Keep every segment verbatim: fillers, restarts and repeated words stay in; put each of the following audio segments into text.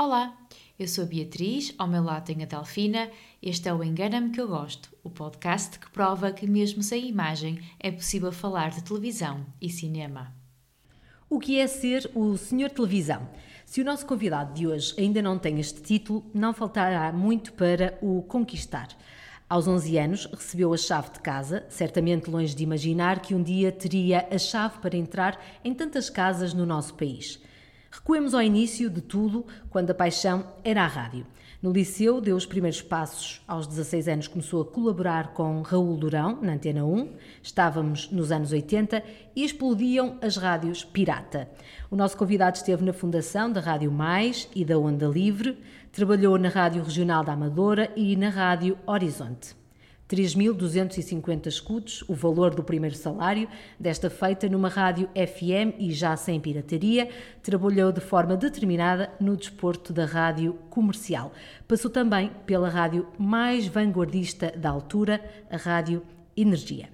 Olá, eu sou a Beatriz, ao meu lado tenho a Delfina. Este é o Engana-me que eu gosto, o podcast que prova que mesmo sem imagem é possível falar de televisão e cinema. O que é ser o senhor Televisão? Se o nosso convidado de hoje ainda não tem este título, não faltará muito para o conquistar. Aos onze anos recebeu a chave de casa, certamente longe de imaginar que um dia teria a chave para entrar em tantas casas no nosso país. Recuemos ao início de tudo, quando a paixão era a rádio. No liceu deu os primeiros passos. Aos dezasseis anos começou a colaborar com Raul Durão, na Antena um. Estávamos nos anos oitenta e explodiam as rádios pirata. O nosso convidado esteve na fundação da Rádio Mais e da Onda Livre. Trabalhou na Rádio Regional da Amadora e na Rádio Horizonte. três mil duzentos e cinquenta escudos, o valor do primeiro salário, desta feita numa rádio F M e já sem pirataria. Trabalhou de forma determinada no desporto da rádio comercial. Passou também pela rádio mais vanguardista da altura, a Rádio Energia.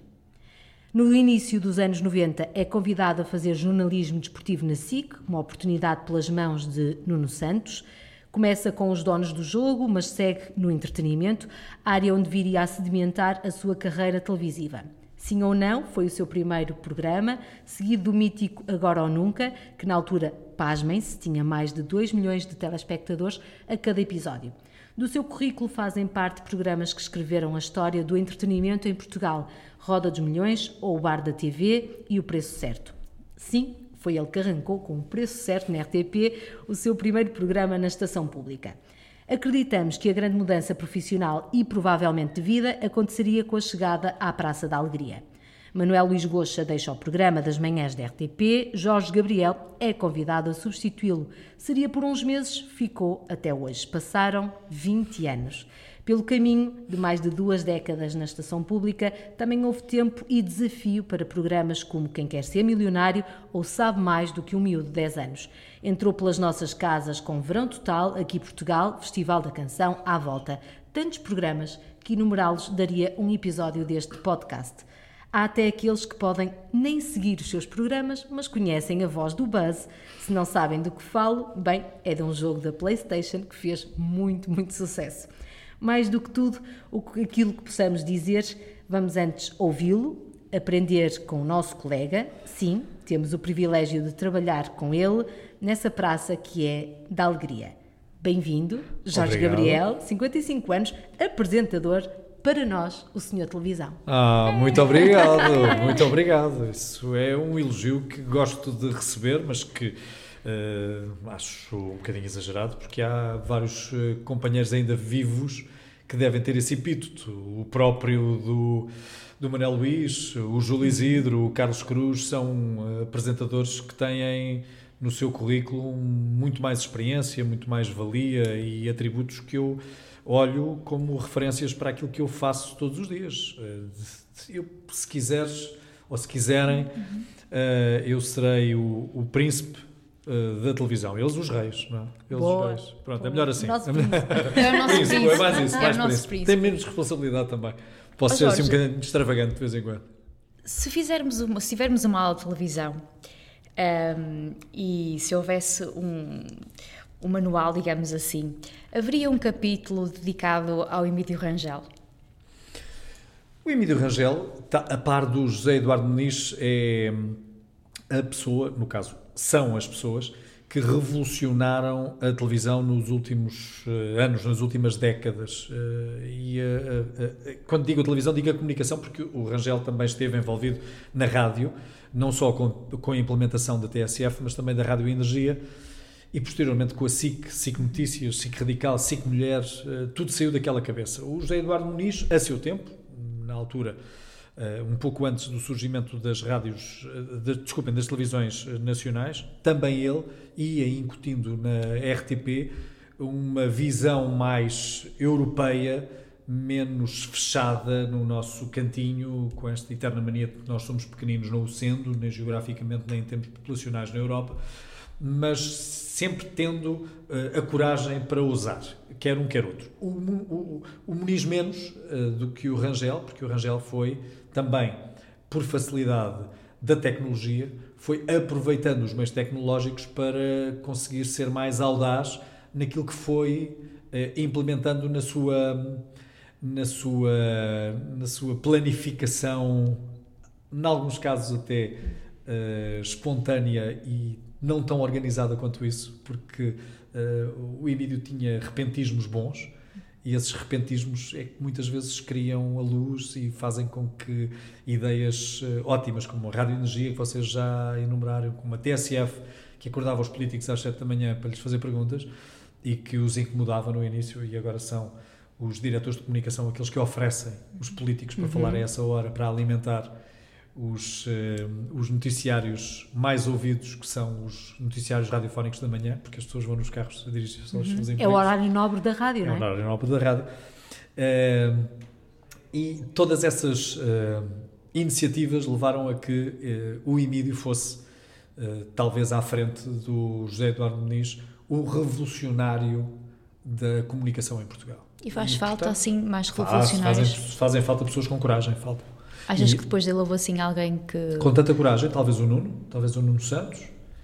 No início dos anos noventa é convidado a fazer jornalismo desportivo na S I C, uma oportunidade pelas mãos de Nuno Santos. Começa com os donos do jogo, mas segue no entretenimento, área onde viria a sedimentar a sua carreira televisiva. Sim ou Não foi o seu primeiro programa, seguido do mítico Agora ou Nunca, que na altura, pasmem-se, tinha mais de dois milhões de telespectadores a cada episódio. Do seu currículo fazem parte programas que escreveram a história do entretenimento em Portugal, Roda dos Milhões ou O Bar da T V e O Preço Certo. Sim, foi ele que arrancou com o Preço Certo na R T P, o seu primeiro programa na estação pública. Acreditamos que a grande mudança profissional e provavelmente de vida aconteceria com a chegada à Praça da Alegria. Manuel Luís Goxa deixa o programa das manhãs da R T P, Jorge Gabriel é convidado a substituí-lo. Seria por uns meses, ficou até hoje. Passaram vinte anos. Pelo caminho de mais de duas décadas na estação pública, também houve tempo e desafio para programas como Quem Quer Ser Milionário ou Sabe Mais do que um Miúdo de dez anos. Entrou pelas nossas casas com Verão Total, Aqui Portugal, Festival da Canção, à volta. Tantos programas que enumerá-los daria um episódio deste podcast. Há até aqueles que podem nem seguir os seus programas, mas conhecem a voz do Buzz. Se não sabem do que falo, bem, é de um jogo da PlayStation que fez muito, muito sucesso. Mais do que tudo, aquilo que possamos dizer, vamos antes ouvi-lo, aprender com o nosso colega. Sim, temos o privilégio de trabalhar com ele nessa praça que é da Alegria. Bem-vindo, Jorge Obrigado. Gabriel, cinquenta e cinco anos, apresentador, para nós, o senhor Televisão. Ah, muito obrigado, muito obrigado. Isso é um elogio que gosto de receber, mas que Uh, acho um bocadinho exagerado, porque há vários uh, companheiros ainda vivos que devem ter esse epíteto. O próprio do, do Manuel Luís, o Júlio Isidro, o Carlos Cruz, são uh, apresentadores que têm no seu currículo muito mais experiência, muito mais valia e atributos que eu olho como referências para aquilo que eu faço todos os dias. Uh, eu, se quiseres, ou se quiserem, uh, eu serei o, o príncipe da televisão, eles os reis, não é? Eles Boa. os reis. Pronto, é melhor assim. É o nosso príncipe. É mais isso, É mais o nosso por isso. príncipe. Tem menos responsabilidade também. Posso Oh, ser assim um Jorge, bocadinho extravagante de vez em quando. Se fizermos uma, se tivermos uma aula de televisão um, e se houvesse um, um manual, digamos assim, haveria um capítulo dedicado ao Emílio Rangel? O Emílio Rangel, tá, a par do José Eduardo Muniz, é a pessoa, no caso, são as pessoas que revolucionaram a televisão nos últimos uh, anos, nas últimas décadas. Uh, e uh, uh, uh, quando digo a televisão, digo a comunicação, porque o Rangel também esteve envolvido na rádio, não só com, com a implementação da T S F, mas também da Rádio Energia, e posteriormente com a S I C, S I C Notícias, S I C Radical, S I C Mulheres, uh, tudo saiu daquela cabeça. O José Eduardo Muniz, a seu tempo, na altura, Uh, um pouco antes do surgimento das rádios, uh, de, desculpem, das televisões nacionais, também ele ia incutindo na R T P uma visão mais europeia, menos fechada no nosso cantinho, com esta eterna mania de que nós somos pequeninos, não o sendo, nem geograficamente, nem em termos populacionais na Europa, mas sempre tendo uh, a coragem para ousar, quer um, quer outro. O, o, o Muniz menos uh, do que o Rangel, porque o Rangel foi também, por facilidade da tecnologia, foi aproveitando os meios tecnológicos para conseguir ser mais audaz naquilo que foi uh, implementando na sua, na, sua, na sua planificação, em alguns casos até uh, espontânea e não tão organizada quanto isso, porque uh, o Emídio tinha repentismos bons, e esses repentismos é que muitas vezes criam a luz e fazem com que ideias uh, ótimas, como a radioenergia, que vocês já enumeraram, como a T S F, que acordava os políticos às sete da manhã para lhes fazer perguntas e que os incomodava no início, e agora são os diretores de comunicação aqueles que oferecem os políticos para uhum. falar a essa hora, para alimentar os, uh, os noticiários mais ouvidos, que são os noticiários radiofónicos da manhã, porque as pessoas vão nos carros a dirigir-se aos seus empregos. É o horário nobre da rádio, não é? É o horário nobre da rádio. Uh, e todas essas uh, iniciativas levaram a que uh, o Emídio fosse, uh, talvez à frente do José Eduardo Muniz, o revolucionário da comunicação em Portugal. E faz e, falta, portanto, assim, mais faz, revolucionários? Fazem, fazem falta pessoas com coragem, falta. Achas e, que depois dele houve assim alguém que... Com tanta coragem, talvez o Nuno, talvez o Nuno Santos,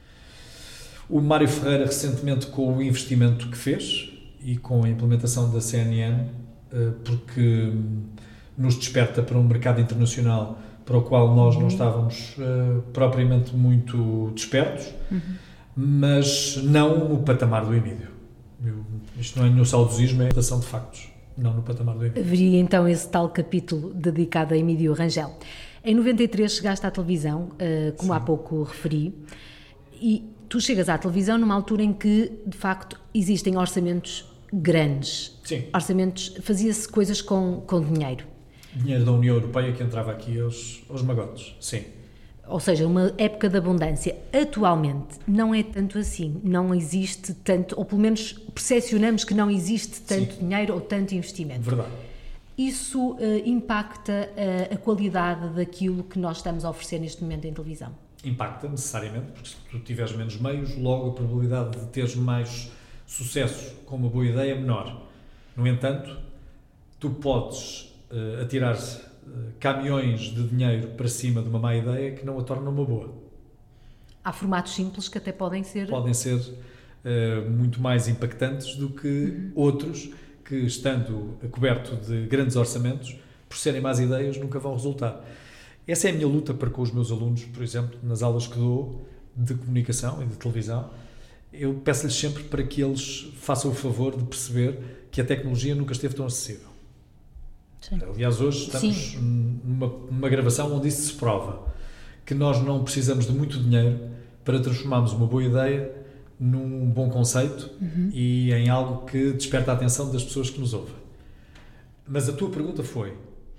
o Mário Ferreira recentemente com o investimento que fez e com a implementação da C N N, porque nos desperta para um mercado internacional para o qual nós não estávamos propriamente muito despertos, uhum. mas não no patamar do Emídio. Eu, isto não é nenhum saudosismo, é a ação de factos. Não no patamar do Emídio. Haveria então esse tal capítulo dedicado a Emídio Rangel. Em noventa e três chegaste à televisão, como Sim. há pouco referi, e tu chegas à televisão numa altura em que, de facto, existem orçamentos grandes. Sim. Orçamentos, fazia-se coisas com, com dinheiro. Dinheiro da União Europeia que entrava aqui aos, aos magotes, sim. Ou seja, uma época de abundância. Atualmente não é tanto assim, não existe tanto, ou pelo menos percepcionamos que não existe tanto Sim. dinheiro ou tanto investimento. Verdade. Isso uh, impacta uh, a qualidade daquilo que nós estamos a oferecer neste momento em televisão? Impacta necessariamente, porque se tu tiveres menos meios, logo a probabilidade de teres mais sucesso com uma boa ideia é menor. No entanto, tu podes uh, atirar caminhões de dinheiro para cima de uma má ideia que não a torna uma boa. Há formatos simples que até podem ser... Podem ser uh, muito mais impactantes do que uhum. outros que, estando coberto de grandes orçamentos, por serem más ideias, nunca vão resultar. Essa é a minha luta para com os meus alunos, por exemplo, nas aulas que dou de comunicação e de televisão. Eu peço-lhes sempre para que eles façam o favor de perceber que a tecnologia nunca esteve tão acessível. Sim. Aliás, hoje estamos numa, numa gravação onde isso se prova, que nós não precisamos de muito dinheiro para transformarmos uma boa ideia num bom conceito uhum. e em algo que desperta a atenção das pessoas que nos ouvem. Mas a tua pergunta foi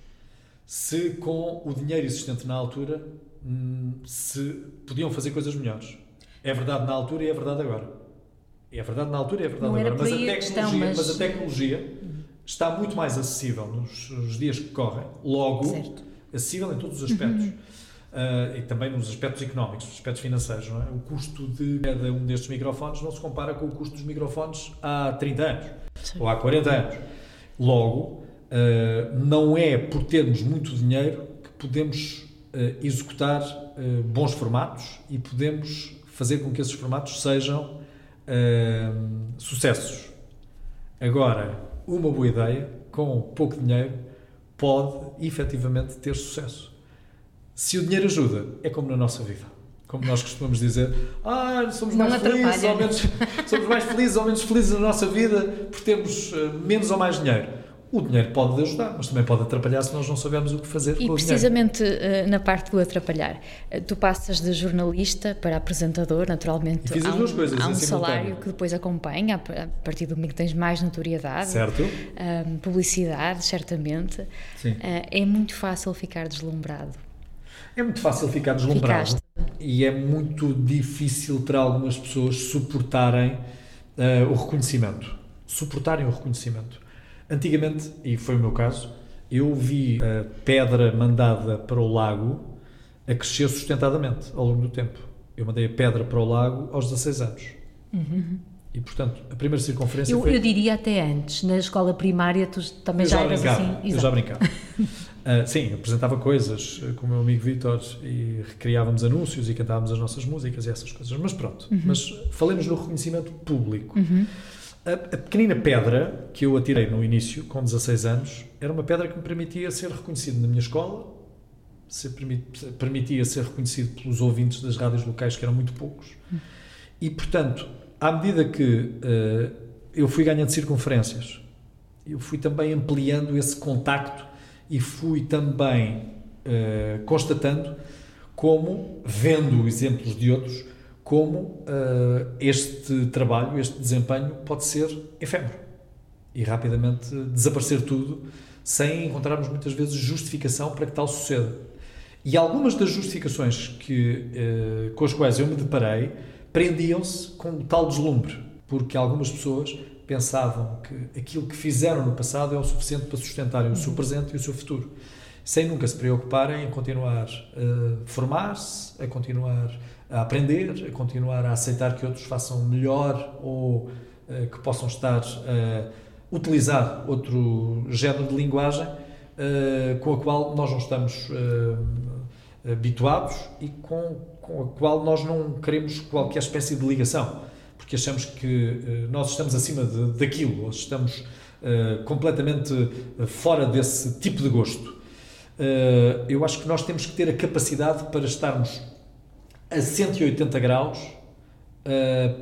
se com o dinheiro existente na altura se podiam fazer coisas melhores. É verdade na altura e é verdade agora. É verdade na altura e é verdade não agora. Mas a, tecnologia, questão, mas... mas a tecnologia está muito mais acessível nos, nos dias que correm, logo certo. acessível em todos os aspectos. Uhum. Uh, e também nos aspectos económicos, nos aspectos financeiros. Não é? O custo de cada um destes microfones não se compara com o custo dos microfones há trinta anos Sim. ou há quarenta anos. Logo, uh, não é por termos muito dinheiro que podemos uh, executar uh, bons formatos e podemos fazer com que esses formatos sejam uh, sucessos. Agora, uma boa ideia, com pouco dinheiro, pode efetivamente ter sucesso. Se o dinheiro ajuda, é como na nossa vida. Como nós costumamos dizer, ah, somos mais felizes ou menos, somos mais felizes ou menos felizes na nossa vida por termos uh, menos ou mais dinheiro. O dinheiro pode ajudar, mas também pode atrapalhar se nós não soubermos o que fazer com o dinheiro. E precisamente uh, na parte do atrapalhar, uh, tu passas de jornalista para apresentador, naturalmente Fiz as há um, duas coisas, há um em salário que depois acompanha, a partir do momento que tens mais notoriedade, certo. Um, publicidade, certamente. Sim. Uh, é muito fácil ficar deslumbrado. É muito fácil ficar deslumbrado. Ficaste. E é muito difícil para algumas pessoas suportarem uh, o reconhecimento. Suportarem o reconhecimento. Antigamente, e foi o meu caso, eu vi a pedra mandada para o lago a crescer sustentadamente ao longo do tempo. Eu mandei a pedra para o lago aos dezasseis anos. Uhum. E, portanto, a primeira circunferência eu, foi... Eu diria até antes. Na escola primária tu também eu já, já eras brincava, assim. Eu Exato. já brincava. uh, sim, apresentava coisas com o meu amigo Vítor e recriávamos anúncios e cantávamos as nossas músicas e essas coisas. Mas pronto, uhum. mas falemos no reconhecimento público. Uhum. A, a pequenina pedra que eu atirei no início, com dezasseis anos, era uma pedra que me permitia ser reconhecido na minha escola, ser, permitia ser reconhecido pelos ouvintes das rádios locais, que eram muito poucos, e, portanto, à medida que uh, eu fui ganhando circunferências, eu fui também ampliando esse contacto e fui também uh, constatando como, vendo exemplos de outros, como uh, este trabalho, este desempenho pode ser efêmero e rapidamente desaparecer tudo sem encontrarmos muitas vezes justificação para que tal suceda. E algumas das justificações que, uh, com as quais eu me deparei prendiam-se com o tal deslumbre, porque algumas pessoas pensavam que aquilo que fizeram no passado é o suficiente para sustentarem o seu presente e o seu futuro, sem nunca se preocuparem em continuar a formar-se, a continuar a aprender, a continuar a aceitar que outros façam melhor ou uh, que possam estar a utilizar outro género de linguagem uh, com a qual nós não estamos uh, habituados e com, com a qual nós não queremos qualquer espécie de ligação, porque achamos que uh, nós estamos acima de, daquilo, ou estamos uh, completamente fora desse tipo de gosto. Uh, eu acho que nós temos que ter a capacidade para estarmos a cento e oitenta graus, uh,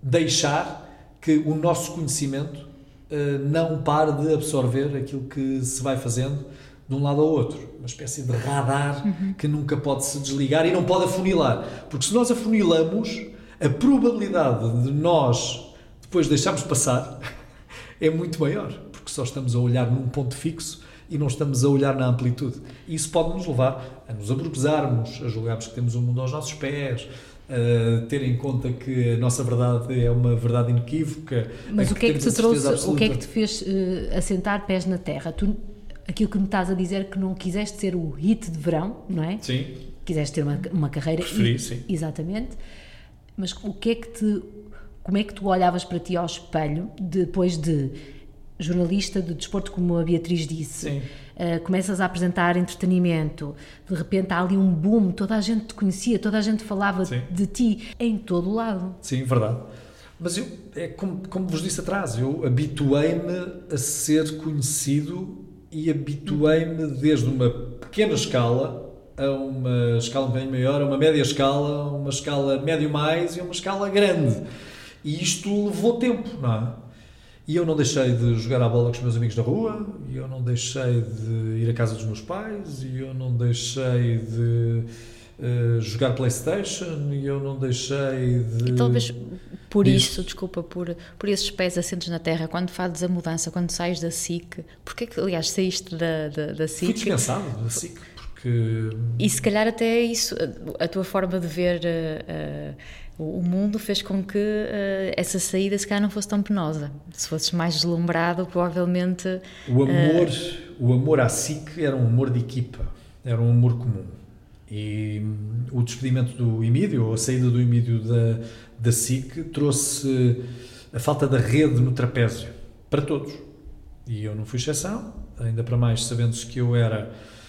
deixar que o nosso conhecimento uh, não pare de absorver aquilo que se vai fazendo de um lado ao outro. Uma espécie de radar uhum. que nunca pode se desligar e não pode afunilar. Porque se nós afunilamos, a probabilidade de nós depois deixarmos passar é muito maior, porque só estamos a olhar num ponto fixo e não estamos a olhar na amplitude. E isso pode nos levar a nos abrupesarmos, a julgarmos que temos o mundo aos nossos pés, a ter em conta que a nossa verdade é uma verdade inequívoca. Mas o que é que te trouxe, o que é que te fez uh, assentar pés na terra? Tu, aquilo que me estás a dizer, que não quiseste ser o hit de verão, não é? Sim. Quiseste ter uma, uma carreira... Preferi, e, sim. Exatamente. Mas o que é que te... Como é que tu olhavas para ti ao espelho, depois de... jornalista de desporto, como a Beatriz disse, uh, começas a apresentar entretenimento, de repente há ali um boom, toda a gente te conhecia, toda a gente falava Sim. de ti, em todo o lado. Sim, verdade. Mas eu, é como, como vos disse atrás, eu habituei-me a ser conhecido e habituei-me desde uma pequena escala a uma escala um bocadinho maior, a uma média escala, a uma escala médio mais e a uma escala grande. E isto levou tempo, não é? E eu não deixei de jogar à bola com os meus amigos da rua, e eu não deixei de ir à casa dos meus pais, e eu não deixei de uh, jogar PlayStation, e eu não deixei de... E talvez por isso, desculpa, por, por esses pés assentos na terra, quando fazes a mudança, quando sais da S I C, porque é que, aliás, saíste da, da, da S I C? Fui dispensado da S I C, porque... E se calhar até isso, a tua forma de ver... Uh, uh, o mundo fez com que uh, essa saída se calhar não fosse tão penosa. Se fosses mais deslumbrado, provavelmente... O amor, uh... o amor à S I C era um amor de equipa, era um amor comum. E um, o despedimento do Emídio, ou a saída do Emídio da, da S I C, trouxe a falta da rede no trapézio, para todos. E eu não fui exceção, ainda para mais sabendo-se que eu era...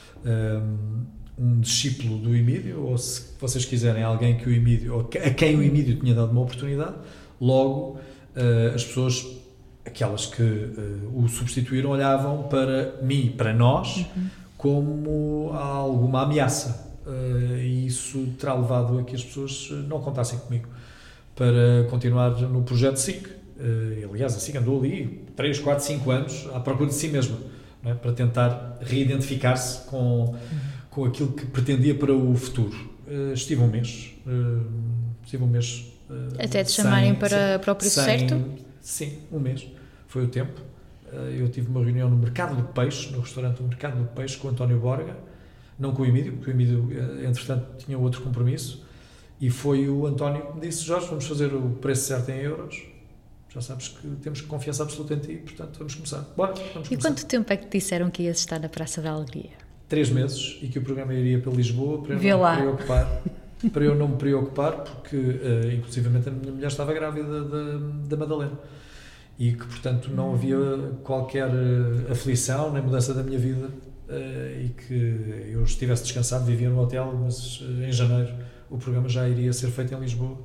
Um, um discípulo do Emídio, ou se vocês quiserem, alguém que o Emídio, ou a quem o Emídio tinha dado uma oportunidade, logo uh, as pessoas, aquelas que uh, o substituíram, olhavam para mim, para nós, uhum. como alguma ameaça. Uh, e isso terá levado a que as pessoas não contassem comigo para continuar no projeto S I C. Uh, aliás, a S I C andou ali três, quatro, cinco anos à procura de si mesma, não é? Para tentar reidentificar-se com... Uhum. com aquilo que pretendia para o futuro. Uh, estive um mês, uh, estive um mês... Uh, Até te chamarem sem, para, para o preço sem, certo? Sim, um mês, foi o tempo. Uh, eu tive uma reunião no Mercado do Peixe, no restaurante do Mercado do Peixe, com o António Borga, não com o Emídio, porque o Emídio, entretanto, tinha outro compromisso, e foi o António que me disse: Jorge, vamos fazer o preço certo em euros, já sabes que temos confiança absoluta em ti, portanto, vamos começar. Bora, vamos e começar. Quanto tempo é que te disseram que ias estar na Praça da Alegria? Três meses, e que o programa iria para Lisboa para eu Vê não lá. me preocupar, para eu não me preocupar, porque uh, inclusivamente a minha mulher estava grávida da, da Madalena, e que portanto não havia qualquer uh, aflição nem mudança da minha vida, uh, e que eu estivesse descansado, vivia no hotel, mas uh, em janeiro o programa já iria ser feito em Lisboa,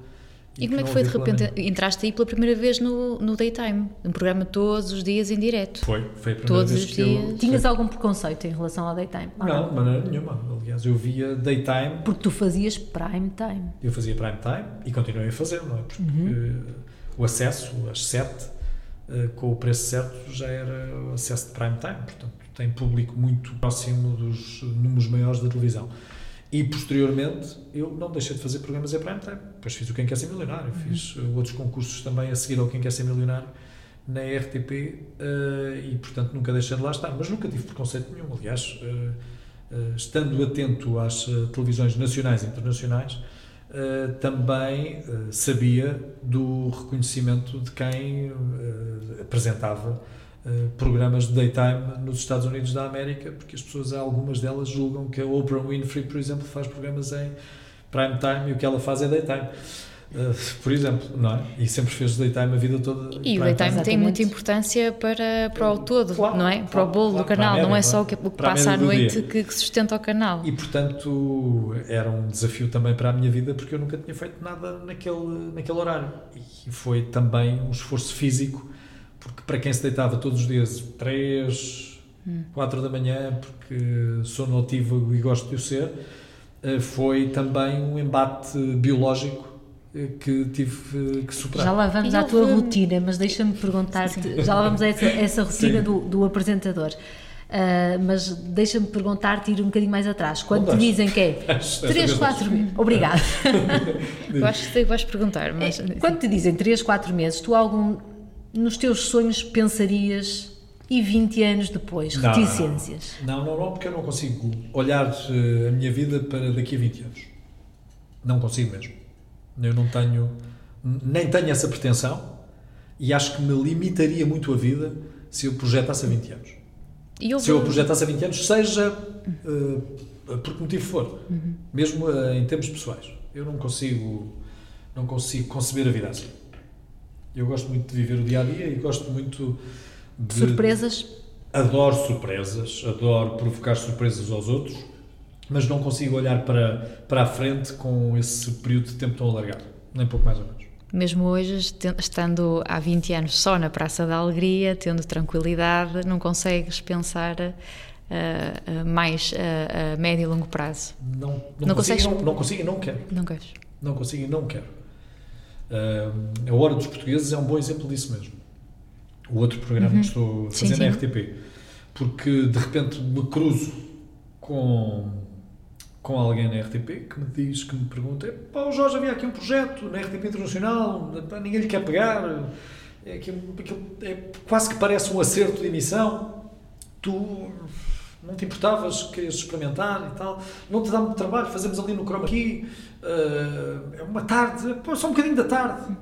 E, e como é que foi, de repente, entraste aí pela primeira vez no, no Daytime? Um programa todos os dias em direto? Foi, foi a primeira todos vez os que dias. eu... Tinhas algum preconceito em relação ao Daytime? Não, de maneira nenhuma. Aliás, eu via Daytime... Porque tu fazias Prime Time. Eu fazia Prime Time e continuei a fazer, não é? Porque uhum. o acesso, às sete, com o preço certo, já era o acesso de Prime Time. Portanto, tem público muito próximo dos números maiores da televisão. E, posteriormente, eu não deixei de fazer programas em Prime Time. Depois fiz o Quem Quer Ser Milionário, uhum. fiz uh, outros concursos também a seguir ao Quem Quer Ser Milionário na R T P uh, e, portanto, nunca deixei de lá estar. Mas nunca tive preconceito nenhum. Aliás, uh, uh, estando atento às uh, televisões nacionais e internacionais, uh, também uh, sabia do reconhecimento de quem uh, apresentava Uh, programas de daytime nos Estados Unidos da América, porque as pessoas, algumas delas julgam que a Oprah Winfrey, por exemplo, faz programas em prime time e o que ela faz é daytime, uh, por exemplo, não é? E sempre fez daytime a vida toda. E o daytime time tem muita importância para, para o todo, claro, não é? Para claro, o bolo claro, do canal, média, não é só o que, o que passa à noite que, que sustenta o canal. E, portanto, era um desafio também para a minha vida, porque eu nunca tinha feito nada naquele, naquele horário. E foi também um esforço físico, porque para quem se deitava todos os dias, três, hum. quatro da manhã, porque sou notívago e gosto de o ser, foi também um embate biológico que tive que superar. Já lá vamos à tua rotina, mas deixa-me perguntar-te, já lá vamos a essa, essa rotina do, do apresentador, uh, mas deixa-me perguntar-te, ir um bocadinho mais atrás, quando te dizem que é três, quatro meses, obrigado. Eu acho que sei que vais perguntar, mas... É, quando te dizem três, quatro meses, tu algum... nos teus sonhos pensarias e vinte anos depois, não, reticências? Não, não, não, porque eu não consigo olhar uh, a minha vida para daqui a vinte anos. Não consigo mesmo. Eu não tenho, nem tenho essa pretensão e acho que me limitaria muito a vida se eu projetasse a vinte anos. Eu se vou... eu projetasse a vinte anos, seja uh, por que motivo for, uhum. mesmo uh, em termos pessoais. Eu não consigo, não consigo conceber a vida assim. Eu gosto muito de viver o dia-a-dia e gosto muito de... Surpresas? Adoro surpresas, adoro provocar surpresas aos outros, mas não consigo olhar para, para a frente com esse período de tempo tão alargado, nem pouco mais ou menos. Mesmo hoje, estando há vinte anos só na Praça da Alegria, tendo tranquilidade, não consegues pensar uh, uh, mais a uh, uh, médio e longo prazo? Não, não, não consigo, consegues... não, não consigo e não quero. Não queres? Não consigo e não quero. Uh, a Hora dos Portugueses é um bom exemplo disso mesmo. O outro programa uhum. que estou a fazer sim, na sim. R T P. Porque de repente me cruzo com, com alguém na R T P que me diz, que me pergunta: pá, o Jorge, havia aqui um projeto na R T P Internacional, pá, ninguém lhe quer pegar, é, aquilo, aquilo, é, quase que parece um acerto de emissão, tu não te importavas, querias experimentar e tal, não te dá muito trabalho, fazemos ali no Chroma Key, uh, é uma tarde, pô, só um bocadinho da tarde.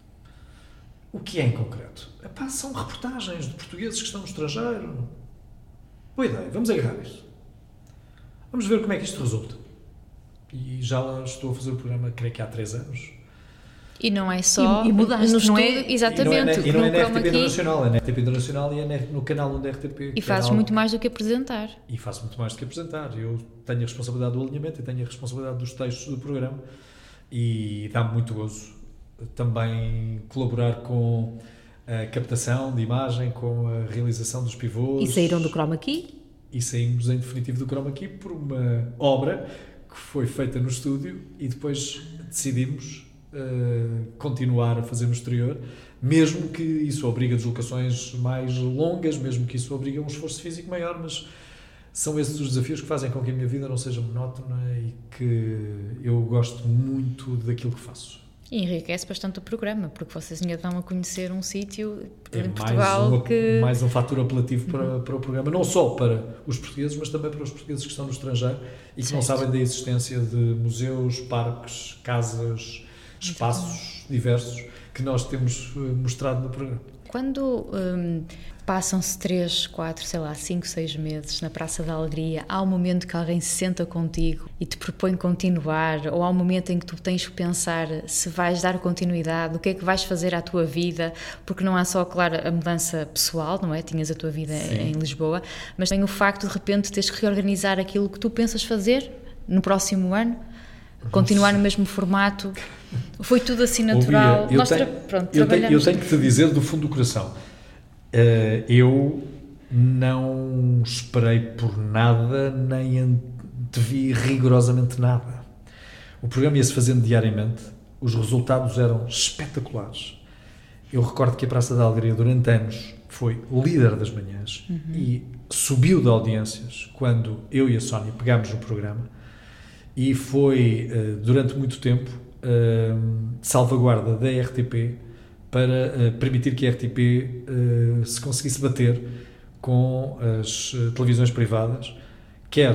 O que é em concreto? Epá, são reportagens de portugueses que estão no estrangeiro. Boa ideia, vamos agarrar isto. Vamos ver como é que isto resulta. E já estou a fazer o programa, creio que há três anos. E não é só e, e mudaste, no não estúdio, é? Exatamente. E não é, e não é na R T P Internacional, é na R T P Internacional e é no canal onde é R T P. E fazes muito mais do que apresentar. E faço muito mais do que apresentar. Eu tenho a responsabilidade do alinhamento e tenho a responsabilidade dos textos do programa e dá-me muito gozo também colaborar com a captação de imagem, com a realização dos pivôs. E saíram do Chroma Key? E saímos em definitivo do Chroma Key por uma obra que foi feita no estúdio e depois decidimos uh, continuar a fazer no exterior, mesmo que isso obriga deslocações mais longas, mesmo que isso obriga um esforço físico maior, mas são esses os desafios que fazem com que a minha vida não seja monótona e que eu gosto muito daquilo que faço. E enriquece bastante o programa, porque vocês ainda dão a conhecer um sítio é em Portugal mais um, que... mais um fator apelativo para, uhum. para o programa, não só para os portugueses, mas também para os portugueses que estão no estrangeiro e que certo. Não sabem da existência de museus, parques, casas, espaços diversos que nós temos mostrado no programa. Quando hum, passam-se três, quatro, sei lá, cinco, seis meses na Praça da Alegria, há um momento que alguém se senta contigo e te propõe continuar, ou há um momento em que tu tens que pensar se vais dar continuidade, o que é que vais fazer à tua vida, porque não há só, claro, a mudança pessoal, não é? Tinhas a tua vida Sim. em Lisboa, mas também o facto de, de repente teres que reorganizar aquilo que tu pensas fazer no próximo ano. continuar no mesmo formato? Foi tudo assim natural? Ouvia, eu, Nós tenho, tra pronto, eu, tenho, eu tenho trabalhamos. que te dizer do fundo do coração, uh, eu não esperei por nada, nem antevi rigorosamente nada. O programa ia-se fazendo diariamente, os resultados eram espetaculares. Eu recordo que a Praça da Alegria, durante anos, foi líder das manhãs uhum. e subiu de audiências quando eu e a Sónia pegámos no programa, e foi, durante muito tempo, salvaguarda da R T P para permitir que a R T P se conseguisse bater com as televisões privadas, quer,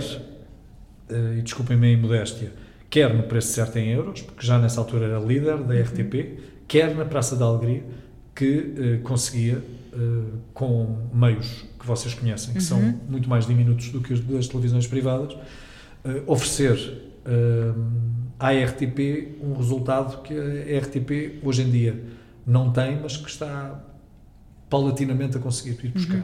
e desculpem-me a imodéstia, quer no preço certo em euros, porque já nessa altura era líder da R T P, uhum. quer na Praça da Alegria, que uh, conseguia, uh, com meios que vocês conhecem, que uhum. são muito mais diminutos do que os das televisões privadas, uh, oferecer uh, à R T P um resultado que a R T P hoje em dia não tem, mas que está paulatinamente a conseguir ir buscar. Uhum.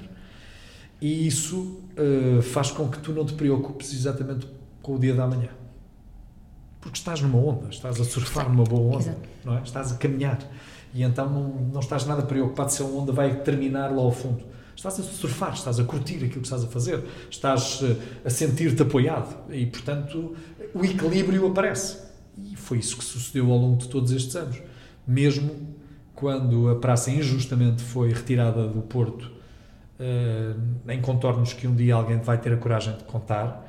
E isso uh, faz com que tu não te preocupes exatamente com o dia da manhã. Porque estás numa onda, estás a surfar numa boa onda, não é? Estás a caminhar. E então não, não estás nada preocupado se a onda vai terminar lá ao fundo. Estás a surfar, estás a curtir aquilo que estás a fazer, estás a sentir-te apoiado e, portanto, o equilíbrio aparece. E foi isso que sucedeu ao longo de todos estes anos. Mesmo quando a praça injustamente foi retirada do Porto, uh, em contornos que um dia alguém vai ter a coragem de contar,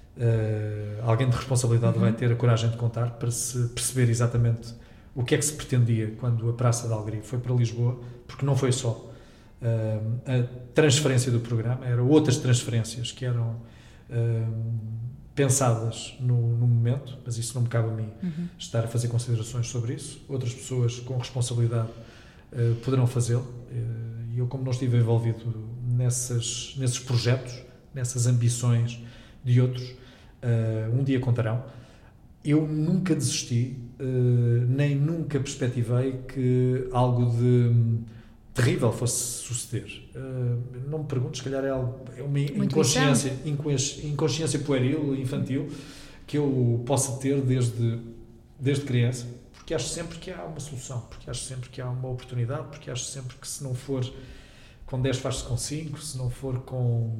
uh, alguém de responsabilidade uhum. vai ter a coragem de contar para se perceber exatamente o que é que se pretendia quando a Praça da Alegria foi para Lisboa, porque não foi só uh, a transferência do programa, eram outras transferências que eram uh, pensadas no, no momento, mas isso não me cabe a mim uhum. estar a fazer considerações sobre isso. Outras pessoas com responsabilidade uh, poderão fazê-lo, e eu, como não estive envolvido nessas, nesses projetos, nessas ambições de outros, uh, um dia contarão. Eu nunca desisti, uh, nem nunca perspectivei que algo de um, terrível fosse suceder. Uh, não me pergunto, se calhar é, algo, é uma inconsciência, inconsciência pueril, infantil, que eu possa ter desde, desde criança, porque acho sempre que há uma solução, porque acho sempre que há uma oportunidade, porque acho sempre que se não for com dez faz-se com cinco, se não for com...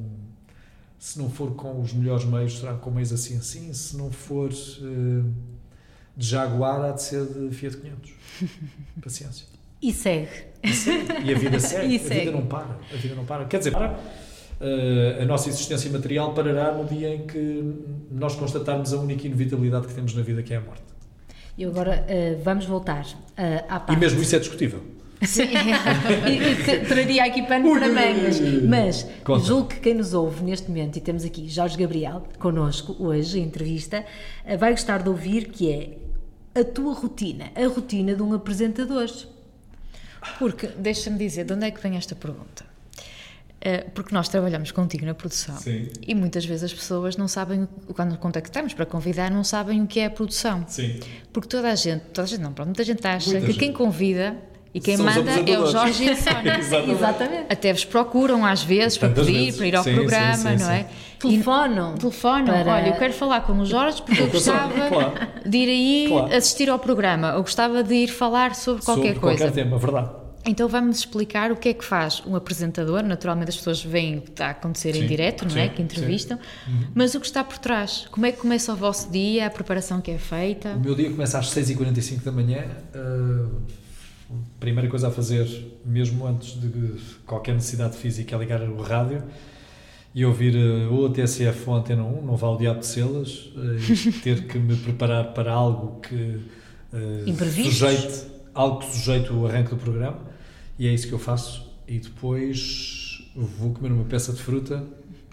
Se não for com os melhores meios, será com meios assim assim. Se não for uh, de Jaguar, há de ser de Fiat quinhentos. Paciência. E segue. E, segue. E a vida segue. E a segue. vida não para. A vida não para. Quer dizer, para, uh, a nossa existência material parará no dia em que nós constatarmos a única inevitabilidade que temos na vida, que é a morte. E agora uh, vamos voltar uh, à parte. E mesmo isso é discutível. Sim, e, e traria aqui pano para mangas, mas Conta. Julgo que quem nos ouve neste momento, e temos aqui Jorge Gabriel connosco hoje em entrevista, vai gostar de ouvir que é a tua rotina, a rotina de um apresentador. Porque, deixa-me dizer, de onde é que vem esta pergunta? Porque nós trabalhamos contigo na produção. Sim. E muitas vezes as pessoas não sabem, quando contactamos para convidar, não sabem o que é a produção. Sim. Porque toda a gente, toda a gente não, muita gente acha muita que gente. Quem convida e quem São manda é o Jorge e a Sónia. Exatamente. Exatamente. Até vos procuram às vezes para Tantas pedir, vezes. para ir ao Sim, programa, sim, sim, não é? Telefonam. E, telefonam. Para... Olha, eu quero falar com o Jorge porque eu gostava claro. de ir aí claro. assistir ao programa, ou gostava de ir falar sobre qualquer sobre coisa. qualquer tema, verdade. Então vamos explicar o que é que faz um apresentador. Naturalmente as pessoas veem o que está a acontecer sim, em direto, não sim, é? Que entrevistam, uhum. mas o que está por trás. Como é que começa o vosso dia, a preparação que é feita? O meu dia começa às seis e quarenta e cinco da manhã. Uh, primeira coisa a fazer, mesmo antes de qualquer necessidade física, é ligar o rádio e ouvir uh, ou a T S F ou a Antena um, não vá ao diabo de Celas, uh, e ter que me preparar para algo que uh, sujeite, algo que sujeite o arranque do programa. E é isso que eu faço, e depois vou comer uma peça de fruta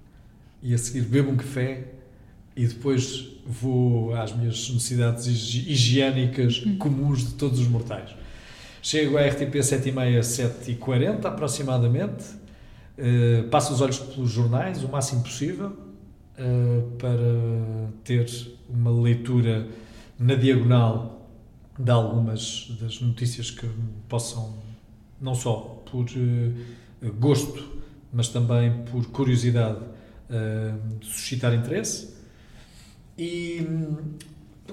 e a seguir bebo um café e depois vou às minhas necessidades higiênicas comuns de todos os mortais. Chego à R T P sete e meia, sete e quarenta aproximadamente, uh, passo os olhos pelos jornais o máximo possível uh, para ter uma leitura na diagonal de algumas das notícias que possam, não só por uh, gosto, mas também por curiosidade, uh, suscitar interesse. E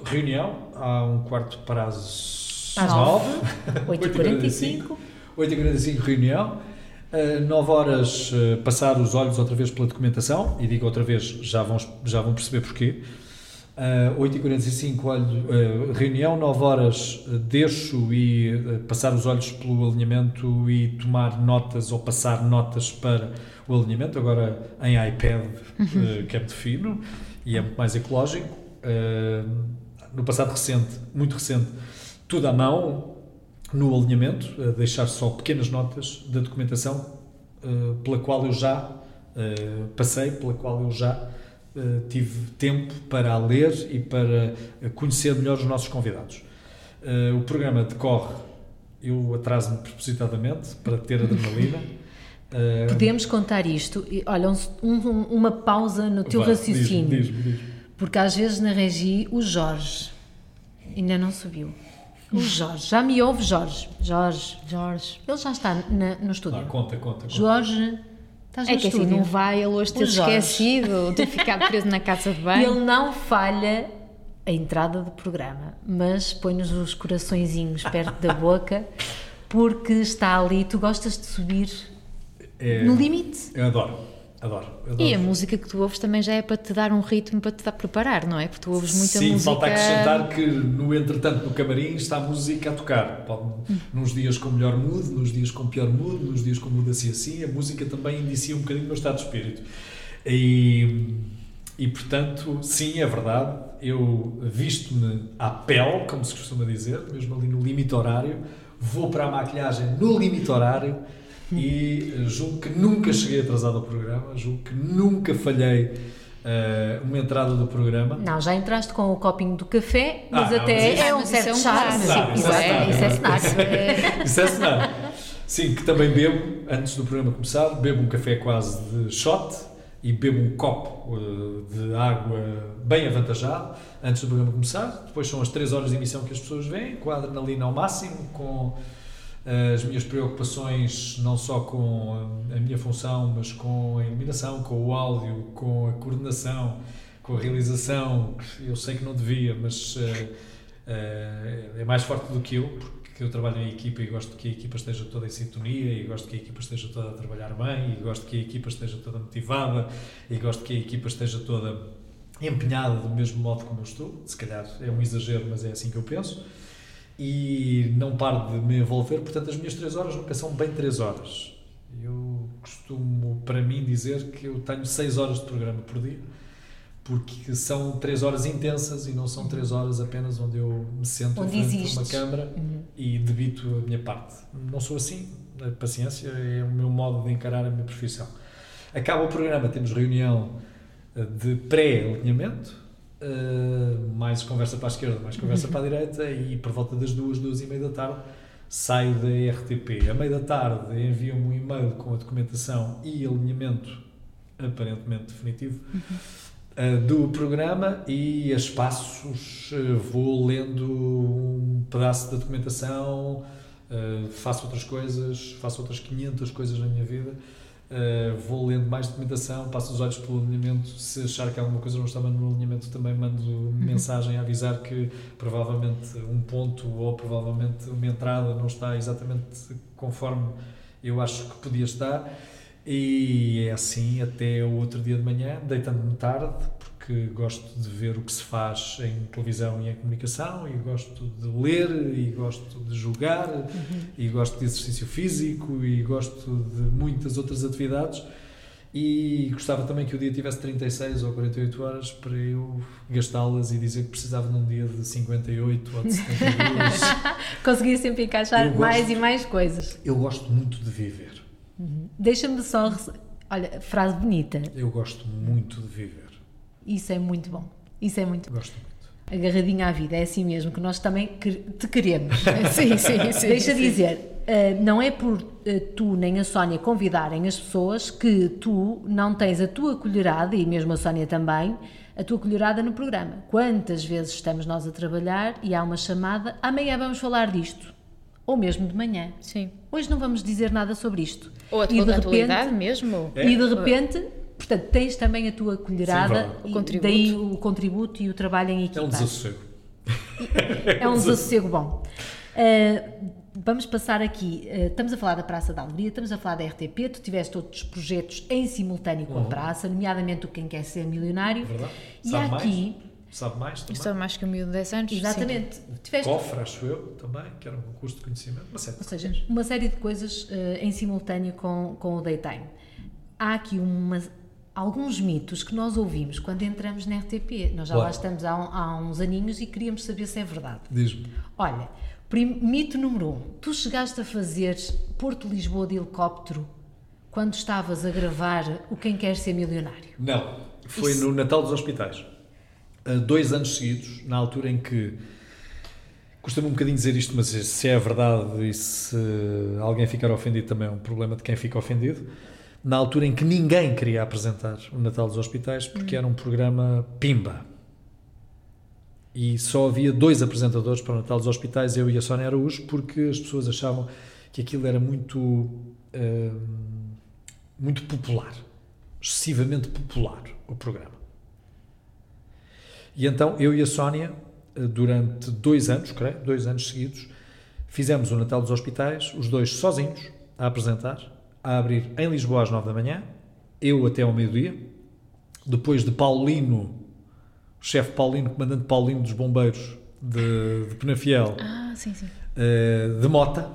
reunião, há um quarto para as Às nove. oito e quarenta e cinco. oito e quarenta e cinco, reunião. Uh, nove horas, uh, passar os olhos outra vez pela documentação, e digo outra vez, já vão, já vão perceber porquê. Uh, oito e quarenta e cinco, olho, uh, reunião, nove horas, uh, deixo e uh, passar os olhos pelo alinhamento e tomar notas ou passar notas para o alinhamento, agora em iPad, uh, que é muito fino e é muito mais ecológico. Uh, no passado recente, muito recente, tudo à mão, no alinhamento, uh, deixar só pequenas notas da documentação uh, pela qual eu já uh, passei, pela qual eu já Uh, tive tempo para a ler e para conhecer melhor os nossos convidados. Uh, o programa decorre, eu atraso-me propositadamente para ter adrenalina. Uh, Podemos contar isto, e, olha, um, um, uma pausa no teu vai, raciocínio, diz-me, diz-me, diz-me. Porque às vezes na Regi o Jorge ainda não subiu. O Jorge, já me ouve Jorge, Jorge, Jorge, ele já está na, no estúdio. Ah, conta, conta, conta. Jorge... Estás É no que assim, estúdio. não vai ele hoje ter O Jorge. esquecido de ficar preso na casa de banho. Ele não falha a entrada do programa, mas põe-nos os coraçõezinhos perto da boca, porque está ali, tu gostas de subir É, no limite. Eu adoro, adoro, adoro. E a música que tu ouves também já é para te dar um ritmo, para te dar preparar, não é? Porque tu ouves muita Sim, música... falta acrescentar que no entretanto no camarim está a música a tocar. Pode, nos dias com melhor mood, nos dias com pior mood, nos dias com mood assim assim, a música também indicia um bocadinho o meu estado de espírito. E, e portanto, sim, é verdade, eu visto-me à pele, como se costuma dizer, mesmo ali no limite horário, vou para a maquilhagem no limite horário, e julgo que nunca cheguei atrasado ao programa, julgo que nunca falhei uh, uma entrada do programa. Não, já entraste com o copinho do café, mas Ah, não, até mas isso- é um mas certo isso é um charme. clássico. Isso é, isso é cenário. Isso é cenário. Sim, que também bebo, antes do programa começar, bebo um café quase de shot e bebo um copo uh, de água bem avantajado antes do programa começar. Depois são as três horas de emissão que as pessoas vêm, com a adrenalina ao máximo, com as minhas preocupações não só com a minha função, mas com a iluminação, com o áudio, com a coordenação, com a realização. Eu sei que não devia, mas uh, uh, é mais forte do que eu, porque eu trabalho em equipa e gosto que a equipa esteja toda em sintonia, e gosto que a equipa esteja toda a trabalhar bem, e gosto que a equipa esteja toda motivada, e gosto que a equipa esteja toda empenhada do mesmo modo como eu estou. Se calhar é um exagero, mas é assim que eu penso. E não paro de me envolver, portanto as minhas três horas nunca são bem três horas. Eu costumo, para mim, dizer que eu tenho seis horas de programa por dia, porque são três horas intensas e não são três horas apenas onde eu me sento Onde em frente existes. a uma câmara Uhum. e debito a minha parte. Não sou assim, a paciência é o meu modo de encarar a minha profissão. Acaba o programa, temos reunião de pré-alinhamento, Uh, mais conversa para a esquerda, mais conversa para a direita, e por volta das duas, duas e meia da tarde saio da R T P. A meia da tarde envio-me um e-mail com a documentação e alinhamento aparentemente definitivo uh, do programa, e a espaços uh, vou lendo um pedaço da documentação, uh, faço outras coisas, faço outras quinhentas coisas na minha vida. Uh, vou lendo mais documentação, passo os olhos pelo alinhamento, se achar que alguma coisa não estava no alinhamento também mando mensagem a avisar que provavelmente um ponto ou provavelmente uma entrada não está exatamente conforme eu acho que podia estar, e é assim até o outro dia de manhã, deitando-me tarde, porque gosto de ver o que se faz em televisão e em comunicação, e gosto de ler, e gosto de jogar, uhum. e gosto de exercício físico, e gosto de muitas outras atividades, e gostava também que o dia tivesse trinta e seis ou quarenta e oito horas para eu gastá-las e dizer que precisava de um dia de cinquenta e oito ou de setenta e dois. Conseguia sempre encaixar Eu mais gosto- e mais coisas. Eu gosto muito de viver. Uhum. Deixa-me só... rece- Olha, frase bonita. Eu gosto muito de viver. Isso é muito bom. Isso é muito bom. Gosto muito. Agarradinha à vida, é assim mesmo, que nós também que- te queremos. Sim, sim, sim. Deixa sim. dizer, uh, não é por uh, tu nem a Sónia convidarem as pessoas que tu não tens a tua colherada, e mesmo a Sónia também, a tua colherada no programa. Quantas vezes estamos nós a trabalhar e há uma chamada, amanhã vamos falar disto, ou mesmo de manhã. Sim. Hoje não vamos dizer nada sobre isto. Ou a E tua de atualidade repente- mesmo. É. E de repente, portanto, tens também a tua colherada, Sim, e o contributo. daí o contributo e o trabalho em É equipa. um desassossego. É um desassossego bom. Uh, vamos passar aqui, uh, estamos a falar da Praça da Alegria, estamos a falar da R T P, tu tiveste outros projetos em simultâneo com uhum. a Praça, nomeadamente o Quem Quer Ser Milionário. Verdade. E Sabe aqui... mais? Sabe mais também? Sabe mais que o miúdo de dez anos. Exatamente. Tiveste... Cofre, acho eu, também, que era um concurso de conhecimento. Uma série Ou seja, coisas. uma série de coisas uh, em simultâneo com, com o Daytime. Há aqui uma, alguns mitos que nós ouvimos quando entramos na R T P. Nós já claro. lá estamos há, há uns aninhos e queríamos saber se é verdade. Diz-me. Olha, prim, mito número um. Tu chegaste a fazer Porto-Lisboa de helicóptero quando estavas a gravar o Quem Quer Ser Milionário? Não. Foi Isso. no Natal dos Hospitais. Dois anos seguidos, na altura em que, custa-me um bocadinho dizer isto, mas se é verdade e se alguém ficar ofendido também é um problema de quem fica ofendido, na altura em que ninguém queria apresentar o Natal dos Hospitais porque hum. era um programa pimba e só havia dois apresentadores para o Natal dos Hospitais, eu e a Sónia Araújo, porque as pessoas achavam que aquilo era muito uh, muito popular, excessivamente popular o programa. E então, eu e a Sónia, durante dois anos, creio, dois anos seguidos, fizemos o Natal dos Hospitais, os dois sozinhos, a apresentar, a abrir em Lisboa às nove da manhã, eu até ao meio-dia, depois de Paulino, o chefe Paulino, comandante Paulino dos Bombeiros de, de Penafiel, ah, sim, sim. de Mota,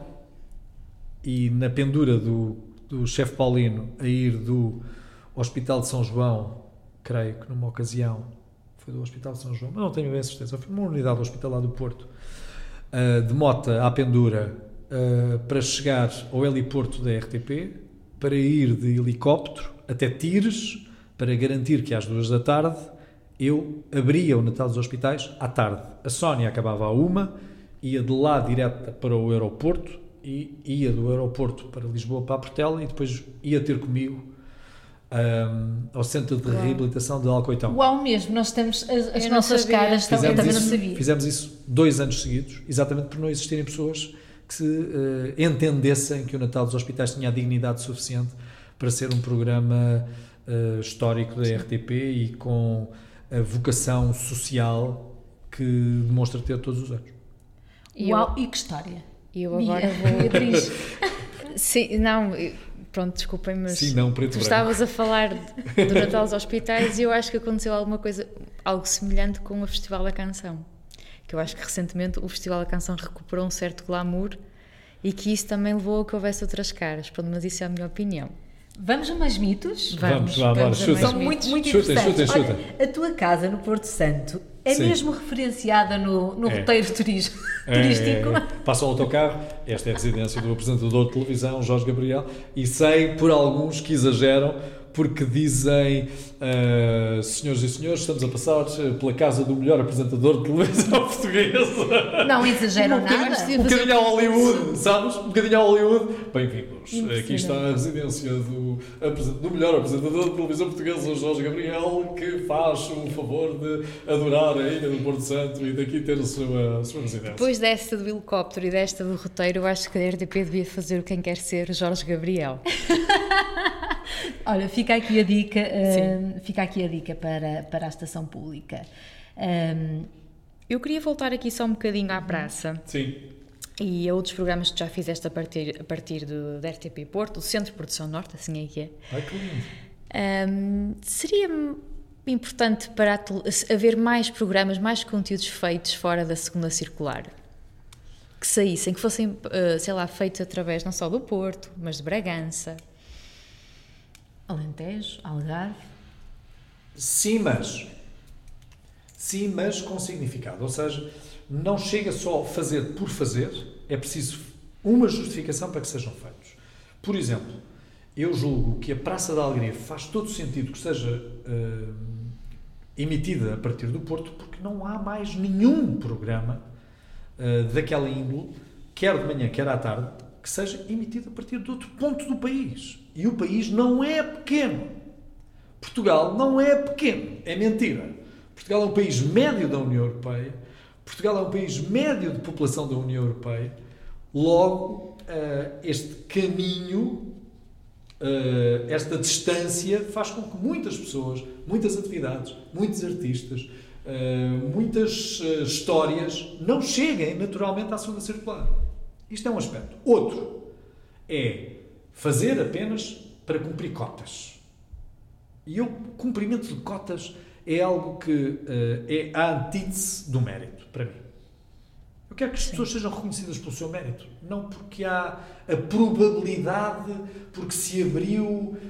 e na pendura do, do chefe Paulino a ir do Hospital de São João, creio que numa ocasião, foi do Hospital de São João, mas não tenho bem a certeza, foi uma unidade hospitalar do Porto, uh, de Mota à Pendura, uh, para chegar ao heliporto da R T P, para ir de helicóptero até Tires, para garantir que às duas da tarde eu abria o Natal dos Hospitais à tarde. A Sónia acabava à uma, ia de lá direta para o aeroporto e ia do aeroporto para Lisboa, para a Portela, e depois ia ter comigo Um, ao Centro de Uau. Reabilitação de Alcoitão. Uau, mesmo, nós temos as, as nossas caras, também, também não sabia. Fizemos isso dois anos seguidos, exatamente por não existirem pessoas que se, uh, entendessem que o Natal dos Hospitais tinha a dignidade suficiente para ser um programa uh, histórico da Sim. R T P e com a vocação social que demonstra ter todos os anos. E Uau, eu, e que história! E eu agora vou... Sim, não... Pronto, desculpem, mas Sim, não, preto tu estavas a falar do Natal dos Hospitais e eu acho que aconteceu alguma coisa, algo semelhante com o Festival da Canção. Que eu acho que recentemente o Festival da Canção recuperou um certo glamour e que isso também levou a que houvesse outras caras. Pronto, mas isso é a minha opinião. Vamos a mais mitos? Vamos, vamos, vamos chuta. São muito, muito chuta, interessantes. Chuta, chuta. Olha, a tua casa no Porto Santo é Sim. mesmo referenciada no, no é. roteiro turismo, é, turístico? É, é. Passa o autocarro, esta é a residência do apresentador de televisão, Jorge Gabriel, e sei por alguns que exageram, porque dizem, uh, senhores e senhores, estamos a passar pela casa do melhor apresentador de televisão portuguesa. Não exageram um nada. Um bocadinho ao Hollywood, sabes? Um bocadinho ao Hollywood. Bem-vindos. Aqui está a residência do, do melhor apresentador de televisão portuguesa, Jorge Gabriel, que faz o favor de adorar a ilha do Porto Santo e daqui ter a sua, a sua residência. Depois desta do helicóptero e desta do roteiro, eu acho que a R T P devia fazer o Quem Quer Ser Jorge Gabriel. Olha, fica aqui a dica, uh, fica aqui a dica para, para a estação pública. Um, eu queria voltar aqui só um bocadinho à praça. Sim. E a outros programas que já fizeste a partir, a partir do, da R T P Porto, do Centro de Produção Norte, assim é que é. Ai, que lindo. Um, seria importante para a, haver mais programas, mais conteúdos feitos fora da segunda circular. Que saíssem, que fossem, uh, sei lá, feitos através não só do Porto, mas de Bragança. Alentejo, Algarve. Sim, mas... Sim, mas com significado. Ou seja, não chega só a fazer por fazer, é preciso uma justificação para que sejam feitos. Por exemplo, eu julgo que a Praça da Alegria faz todo sentido que seja uh, emitida a partir do Porto, porque não há mais nenhum programa uh, daquela índole, quer de manhã, quer à tarde, que seja emitido a partir de outro ponto do país. E o país não é pequeno. Portugal não é pequeno. É mentira. Portugal é um país médio da União Europeia. Portugal é um país médio de população da União Europeia. Logo, este caminho, esta distância, faz com que muitas pessoas, muitas atividades, muitos artistas, uh, muitas uh, histórias não cheguem naturalmente à segunda circular. Isto é um aspecto. Outro é fazer apenas para cumprir cotas. E o cumprimento de cotas é algo que uh, é a antítese do mérito, para mim. Eu quero que as pessoas sejam reconhecidas pelo seu mérito, não porque há a probabilidade, porque se abriu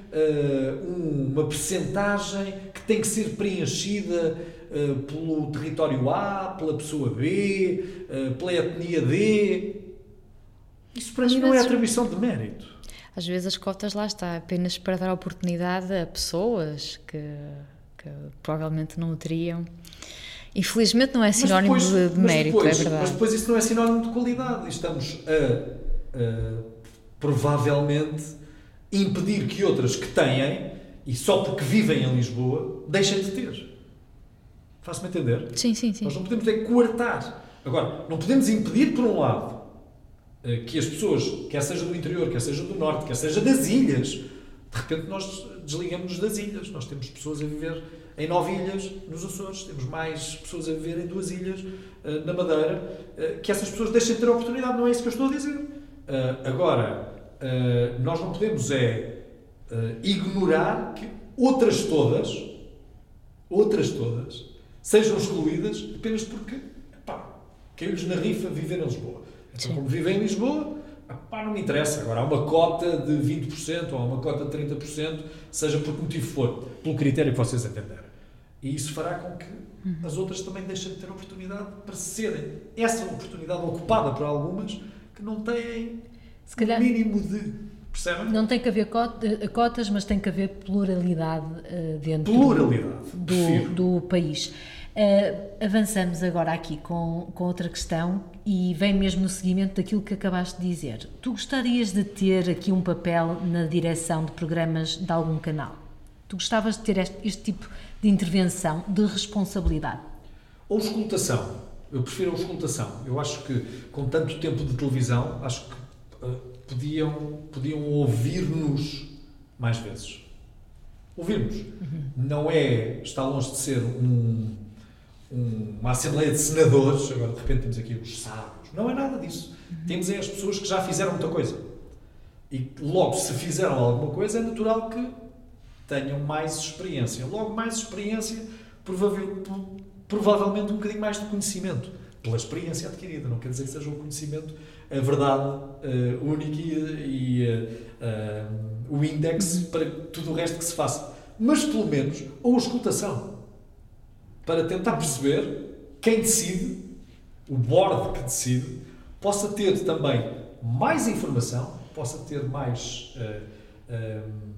uh, uma percentagem que tem que ser preenchida uh, pelo território A, pela pessoa B, uh, pela etnia D. Isso para Às mim não é vezes- atribuição de mérito. Às vezes as cotas lá está apenas para dar oportunidade a pessoas que, que provavelmente não o teriam. Infelizmente não é sinónimo Mas depois- de, de mas mérito, depois- é verdade. Mas depois isso não é sinónimo de qualidade. Estamos a, a, provavelmente, impedir que outras que têm, e só porque vivem em Lisboa, deixem de ter. Faço-me entender? Sim, sim, sim. Nós não podemos é coartar. Agora, não podemos impedir, por um lado, eh, que as pessoas, quer seja do interior, quer seja do norte, quer seja das ilhas, de repente nós desligamos-nos das ilhas. Nós temos pessoas a viver em nove ilhas nos Açores, temos mais pessoas a viver em duas ilhas eh, na Madeira, eh, que essas pessoas deixem de ter a oportunidade. Não é isso que eu estou a dizer. Eh, agora, eh, nós não podemos é eh, ignorar que outras todas, outras todas, sejam excluídas apenas porque, pá, caiu-lhes na rifa viver em Lisboa. Então, Sim. como vivem em Lisboa, pá, não me interessa. Agora, há uma cota de vinte por cento ou há uma cota de trinta por cento, seja por que motivo for, pelo critério que vocês entenderem. E isso fará com que as outras também deixem de ter oportunidade para serem essa oportunidade ocupada por algumas que não têm Se calhar- o mínimo de... Percebem? Não tem que haver cota- cotas, mas tem que haver pluralidade eh, dentro Pluralidade. do, Prefiro. do país. Eh, avançamos agora aqui com, com outra questão e vem mesmo no seguimento daquilo que acabaste de dizer. Tu gostarias de ter aqui um papel na direção de programas de algum canal? Tu gostavas de ter este, este tipo de intervenção, de responsabilidade? Ou escutação. Eu prefiro a escutação. Eu acho que, com tanto tempo de televisão, acho que uh, podiam, podiam ouvir-nos mais vezes. Ouvir-nos. Uhum. Não é, está longe de ser um, um, uma Assembleia de Senadores, agora de repente temos aqui os sábios. Não é nada disso. Uhum. Temos é as pessoas que já fizeram muita coisa. E logo, se fizeram alguma coisa, é natural que tenham mais experiência. Logo, mais experiência, provavelmente, provavelmente um bocadinho mais de conhecimento, pela experiência adquirida. Não quer dizer que seja o conhecimento a verdade uh, única e, e uh, uh, o índice para tudo o resto que se faça. Mas, pelo menos, ou a escutação, para tentar perceber quem decide, o board que decide, possa ter também mais informação, possa ter mais... Uh, uh,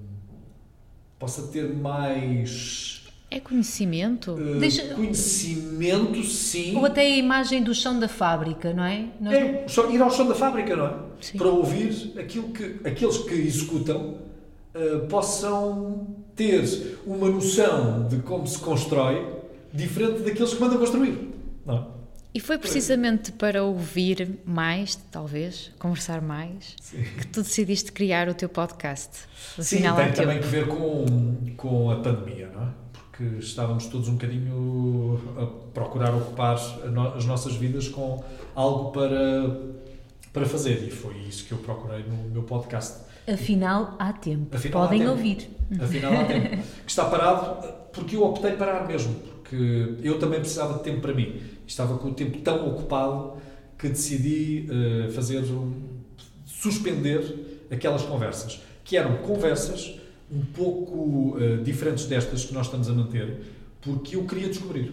possa ter mais... É conhecimento? Uh, Deixa- Conhecimento, sim. Ou até a imagem do chão da fábrica, não é? Nós É, só ir ao chão da fábrica, não é? Sim. Para ouvir aquilo que aqueles que executam uh, possam ter uma noção de como se constrói diferente daqueles que mandam construir, não é? E foi precisamente para ouvir mais, talvez, conversar mais, Sim. que tu decidiste criar o teu podcast. Sim, Afinal, tem há também tempo. que ver com, com a pandemia, não é? Porque estávamos todos um bocadinho a procurar ocupar a no, as nossas vidas com algo para, para fazer. E foi isso que eu procurei no meu podcast. Afinal, há tempo. Afinal, há Podem tempo. ouvir. Afinal, há tempo. Que está parado porque eu optei parar mesmo. Porque eu também precisava de tempo para mim. Estava com o tempo tão ocupado que decidi uh, fazer um, suspender aquelas conversas. Que eram conversas um pouco uh, diferentes destas que nós estamos a manter, porque eu queria descobrir.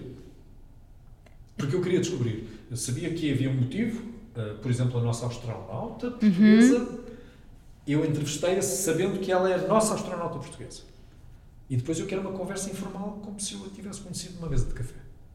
Porque eu queria descobrir. Eu sabia que havia um motivo, uh, por exemplo, a nossa astronauta portuguesa, uhum. eu entrevistei-a sabendo que ela é a nossa astronauta portuguesa. E depois eu quero uma conversa informal, como se eu a tivesse conhecido numa mesa de café.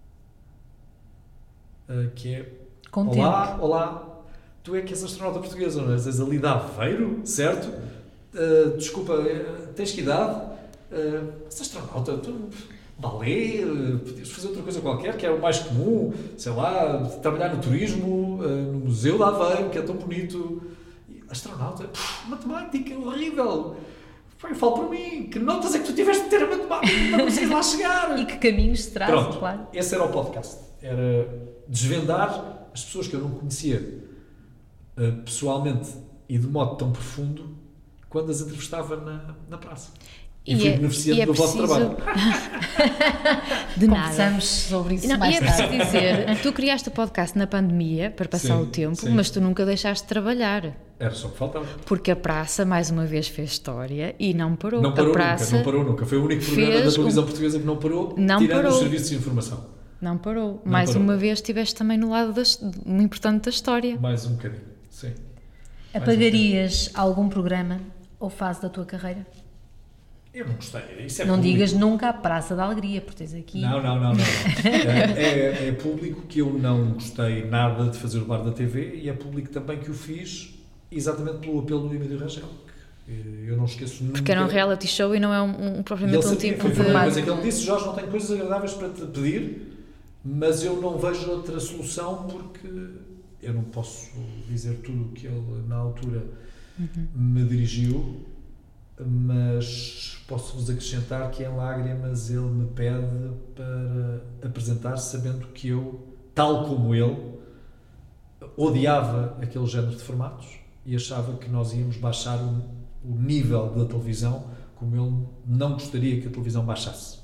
Uh, que é... Com olá, tempo. olá, tu é que és astronauta portuguesa, não és? És ali de Aveiro, certo? Uh, desculpa, uh, tens que idade? Uh, és astronauta, tu... balé, uh, podias fazer outra coisa qualquer, que é o mais comum, sei lá, trabalhar no turismo, uh, no Museu de Aveiro, que é tão bonito. E, astronauta, pff, matemática, horrível. Eu falo por mim, que notas é que tu tiveste de ter a matemática para conseguir lá chegar? E que caminhos se traz, Pronto, claro. Esse era o podcast. Era desvendar as pessoas que eu não conhecia uh, pessoalmente e de modo tão profundo quando as entrevistava na, na praça. E, e fui é, beneficiante é do preciso... vosso trabalho. De nada. Conversamos sobre isso não, mais tarde. E é preciso dizer, tu criaste o podcast na pandemia para passar sim, o tempo, sim. mas tu nunca deixaste de trabalhar. Era só que faltava. Porque a praça, mais uma vez, fez história e não parou. Não parou a praça nunca, não parou nunca. Foi o único programa da televisão um... portuguesa que não parou, não tirando parou. os serviços de informação. Não parou. Não mais parou. uma vez estiveste também no lado das, no importante da história. Mais um bocadinho, sim. Apagarias um algum programa ou fase da tua carreira? Eu não gostei. Isso é não público. Digas nunca a Praça da Alegria, porque tens aqui... Não, não, não. não, não. é, é, é público que eu não gostei nada de fazer o Bar da T V e é público também que o fiz exatamente pelo apelo do Emílio Rangel. Que eu não esqueço nunca. Porque era um reality show e não é um, um propriamente um tipo foi de... Foi a primeira coisa que ele disse: Jorge, não tenho coisas agradáveis para te pedir, mas eu não vejo outra solução porque eu não posso dizer tudo o que ele na altura uhum. me dirigiu. Mas posso-vos acrescentar que em lágrimas ele me pede para apresentar, sabendo que eu, tal como ele, odiava aquele género de formatos e achava que nós íamos baixar o, o nível da televisão como ele não gostaria que a televisão baixasse.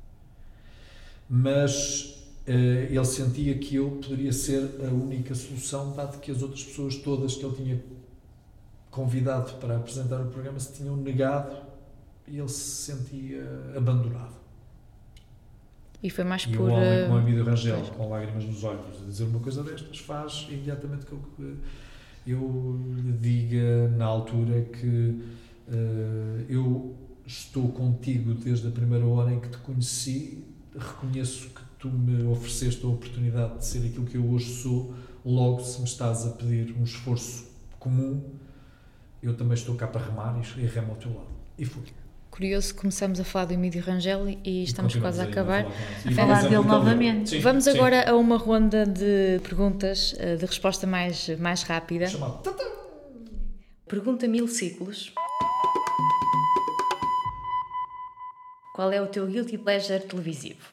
Mas eh, ele sentia que eu poderia ser a única solução, dado que as outras pessoas todas que ele tinha convidado para apresentar o programa se tinham negado e ele se sentia abandonado. E foi mais e por... E o homem como o Emílio Rangel, com lágrimas nos olhos, a dizer uma coisa destas, faz imediatamente que eu, eu lhe diga na altura que uh, eu estou contigo desde a primeira hora em que te conheci, reconheço que tu me ofereceste a oportunidade de ser aquilo que eu hoje sou, logo se me estás a pedir um esforço comum, eu também estou cá para remar e remo ao teu lado. E fui. Curioso, começamos a falar do Emílio Rangel e, e estamos quase a acabar. A falar dele novamente. Sim, Vamos sim. agora a uma ronda de perguntas de resposta mais, mais rápida. Chamado. Pergunta mil ciclos. Qual é o teu guilty pleasure televisivo?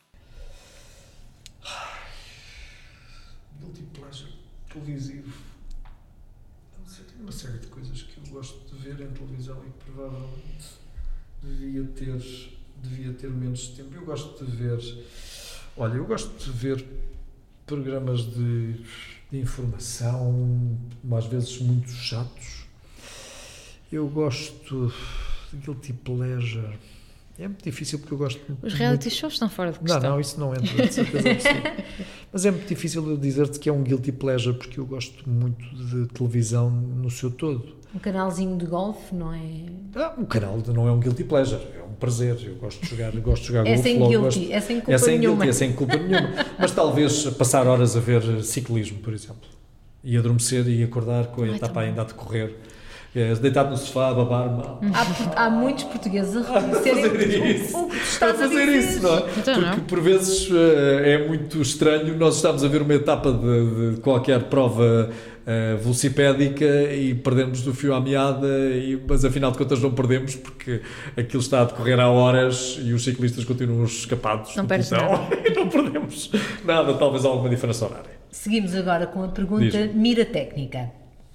Guilty pleasure televisivo. Tem uma série de coisas que eu gosto de ver em televisão e que provavelmente devia ter, devia ter menos tempo. Eu gosto de ver, olha, eu gosto de ver programas de, de informação, às vezes muito chatos. Eu gosto de guilty pleasure. É muito difícil porque eu gosto muito... Os reality muito... shows estão fora de questão. Não, não, isso não entra, de certeza absoluta. Mas é muito difícil eu dizer-te que é um guilty pleasure porque eu gosto muito de televisão no seu todo. Um canalzinho de golfe, não é? Ah, o canal não é um guilty pleasure, é um prazer. Eu gosto de jogar, eu gosto de jogar é golfe. Sem logo, guilty, gosto... É sem culpa é sem nenhuma. Guilty, é sem culpa nenhuma. Mas talvez passar horas a ver ciclismo, por exemplo. E adormecer e acordar com a etapa ainda a decorrer. É, deitado no sofá, a babar mal. Há, há muitos portugueses a reconhecerem isso. O, o que tu estás a fazer a dizer. isso, não é? Então, Porque não. por vezes é muito estranho nós estamos a ver uma etapa de, de qualquer prova uh, velocipédica e perdemos do fio à meada, e, mas afinal de contas não perdemos porque aquilo está a decorrer há horas e os ciclistas continuam escapados. Não perdes nada. E não perdemos nada, talvez alguma diferença horária. Seguimos agora com a pergunta Diz-me. mira técnica.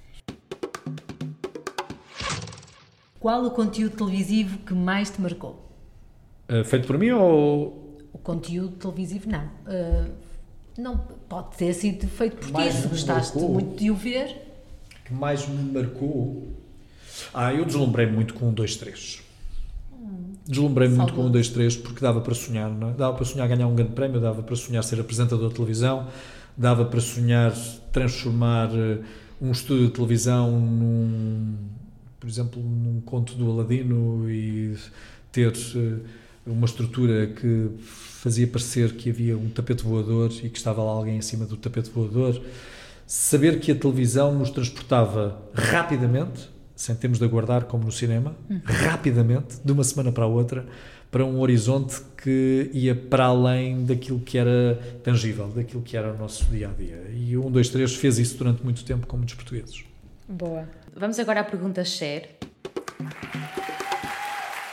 Qual o conteúdo televisivo que mais te marcou? Uh, feito por mim ou... O conteúdo televisivo, não. Uh, não, pode ter sido feito por Mais ti, se me gostaste marcou. muito de o ver. Que mais me marcou... Ah, eu deslumbrei muito com um, dois, três. Hum, deslumbrei muito com um, dois, três porque dava para sonhar, não é? Dava para sonhar ganhar um grande prémio, dava para sonhar ser apresentador de televisão, dava para sonhar transformar um estúdio de televisão num... por exemplo, num conto do Aladino e ter uh, uma estrutura que fazia parecer que havia um tapete voador e que estava lá alguém em cima do tapete voador. Saber que a televisão nos transportava rapidamente, sem termos de aguardar como no cinema, hum. rapidamente, de uma semana para a outra, para um horizonte que ia para além daquilo que era tangível, daquilo que era o nosso dia-a-dia. E o um, dois, três fez isso durante muito tempo com muitos portugueses. Boa. Vamos agora à pergunta share.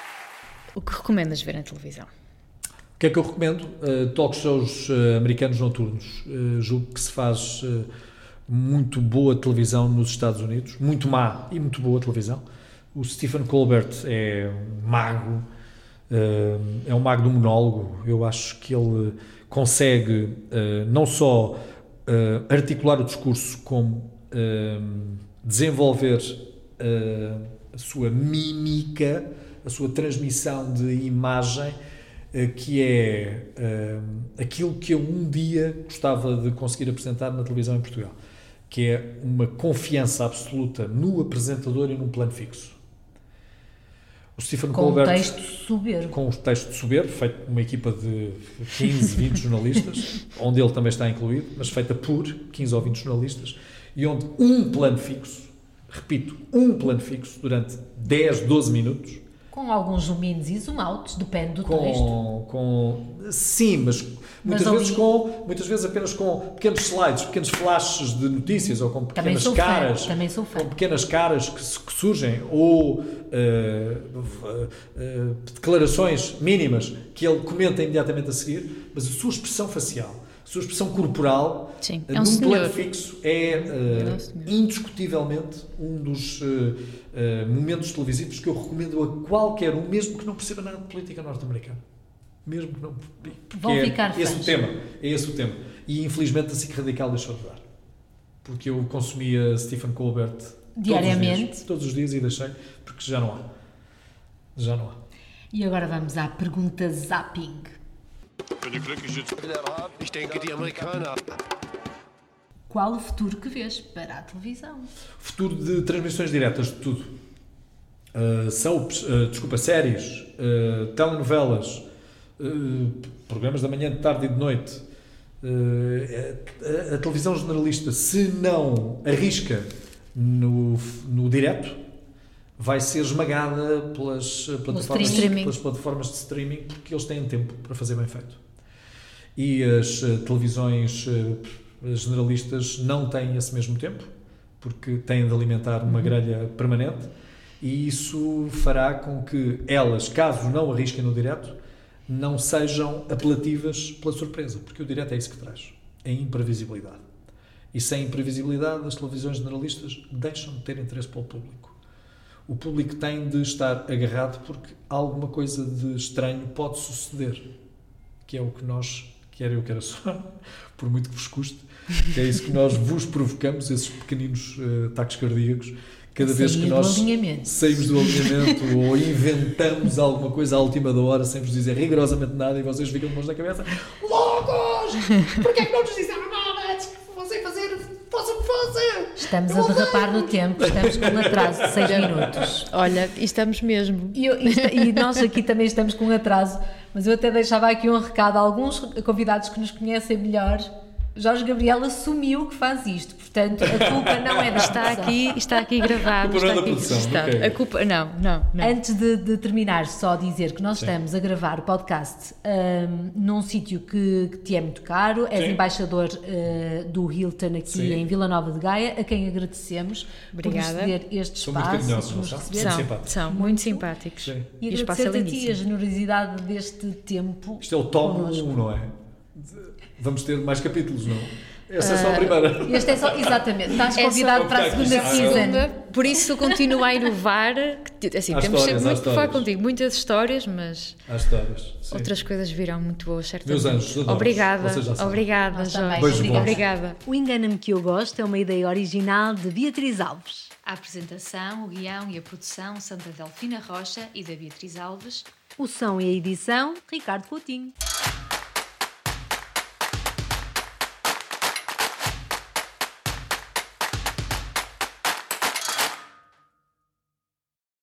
O que recomendas ver na televisão? O que é que eu recomendo? Uh, talk shows uh, americanos noturnos. Uh, julgo que se faz uh, muito boa televisão nos Estados Unidos, muito má e muito boa televisão. O Stephen Colbert é um mago, uh, é um mago do monólogo. Eu acho que ele consegue uh, não só uh, articular o discurso, como uh, desenvolver uh, a sua mímica, a sua transmissão de imagem, que é uh, aquilo que eu um dia gostava de conseguir apresentar na televisão em Portugal, que é uma confiança absoluta no apresentador e num plano fixo. O Stephen com Colbert, um texto soberbo. Com um texto soberbo, feito por uma equipa de quinze, vinte jornalistas, onde ele também está incluído, mas feita por quinze ou vinte jornalistas, e onde um plano fixo, repito, um plano fixo, durante dez, doze minutos, com alguns zoom ins e zoom outs, depende do com, texto. Com, sim, mas muitas, mas vezes com, muitas vezes apenas com pequenos slides, pequenos flashes de notícias, ou com pequenas caras, Também sou fã. com pequenas caras que, que surgem, ou uh, uh, uh, declarações mínimas que ele comenta imediatamente a seguir, mas a sua expressão facial, a sua expressão corporal, Sim, uh, é um num plano senhor. fixo, é uh, é um indiscutivelmente um dos uh, uh, momentos televisivos que eu recomendo a qualquer um, mesmo que não perceba nada de política norte-americana. Mesmo que não... Vão é ficar esse fãs. o tema, é esse o tema. E infelizmente a SIC Radical deixou de dar. Porque eu consumia Stephen Colbert diariamente, todos os dias, todos os dias e deixei, porque já não há. Já não há. E agora vamos à pergunta zapping. Ich denke, die Amerikaner. Qual o futuro que vês para a televisão? Futuro de transmissões diretas de tudo. Uh, soaps, uh, desculpa, séries, uh, telenovelas, uh, programas da manhã, de tarde e de noite. Uh, a, a televisão generalista, se não arrisca no, no direto, vai ser esmagada pelas plataformas, streaming. pelas plataformas de streaming, porque eles têm tempo para fazer bem feito. E as uh, televisões uh, generalistas não têm esse mesmo tempo, porque têm de alimentar uma grelha permanente, e isso fará com que elas, caso não arrisquem no direto, não sejam apelativas pela surpresa, porque o direto é isso que traz, é imprevisibilidade. E sem imprevisibilidade, as televisões generalistas deixam de ter interesse pelo público. O público tem de estar agarrado porque alguma coisa de estranho pode suceder, que é o que nós, quer eu, quer a sua, por muito que vos custe, que é isso que nós vos provocamos, esses pequeninos uh, ataques cardíacos, cada vez que nós saímos do alinhamento ou inventamos alguma coisa à última da hora sem vos dizer rigorosamente nada e vocês ficam de mãos na cabeça. Loucos! Porquê é que não nos disseram nada antes que fossem fazer, possam fazer? Estamos a derrapar no tempo, estamos com um atraso de seis minutos. Olha, e estamos mesmo. E, eu, e, e nós aqui também estamos com um atraso, mas eu até deixava aqui um recado a alguns convidados que nos conhecem melhor. Jorge Gabriel assumiu que faz isto, portanto a culpa não é da Está produção. aqui, está aqui gravado. A culpa não é está da aqui produção, registado. ok. A culpa, não, não, não. Antes de, de terminar, só dizer que nós Sim. estamos a gravar o podcast um, num sítio que, que te é muito caro, és Sim. embaixador uh, do Hilton aqui Sim. em Vila Nova de Gaia, a quem agradecemos Obrigada. por nos ceder este São muito espaço, carinhosos, por não nos são? receber. Muito São, simpáticos. são muito simpáticos. Sim. E E o espaço é agradecer-te a ti a lindíssimo. generosidade deste tempo. Isto é o tomo connosco. um, não é? Vamos ter mais capítulos, não? Essa é só a primeira. Este é só, exatamente, estás É só- convidado para a Vou ficar segunda aqui. season. Por isso continuo a inovar. Que, assim, Há temos histórias, sempre há muito para falar histórias. contigo, muitas histórias, mas Há histórias. Sim. outras coisas virão muito boas, certamente. Meus anjos, adoro-vos. Obrigada, Vocês já sabem. obrigada, Nós Jorge. também. Beijo bom. Obrigada. O Engana-me que eu gosto é uma ideia original de Beatriz Alves. A apresentação, o guião e a produção são da Delfina Rocha e da Beatriz Alves. O som e a edição, Ricardo Coutinho.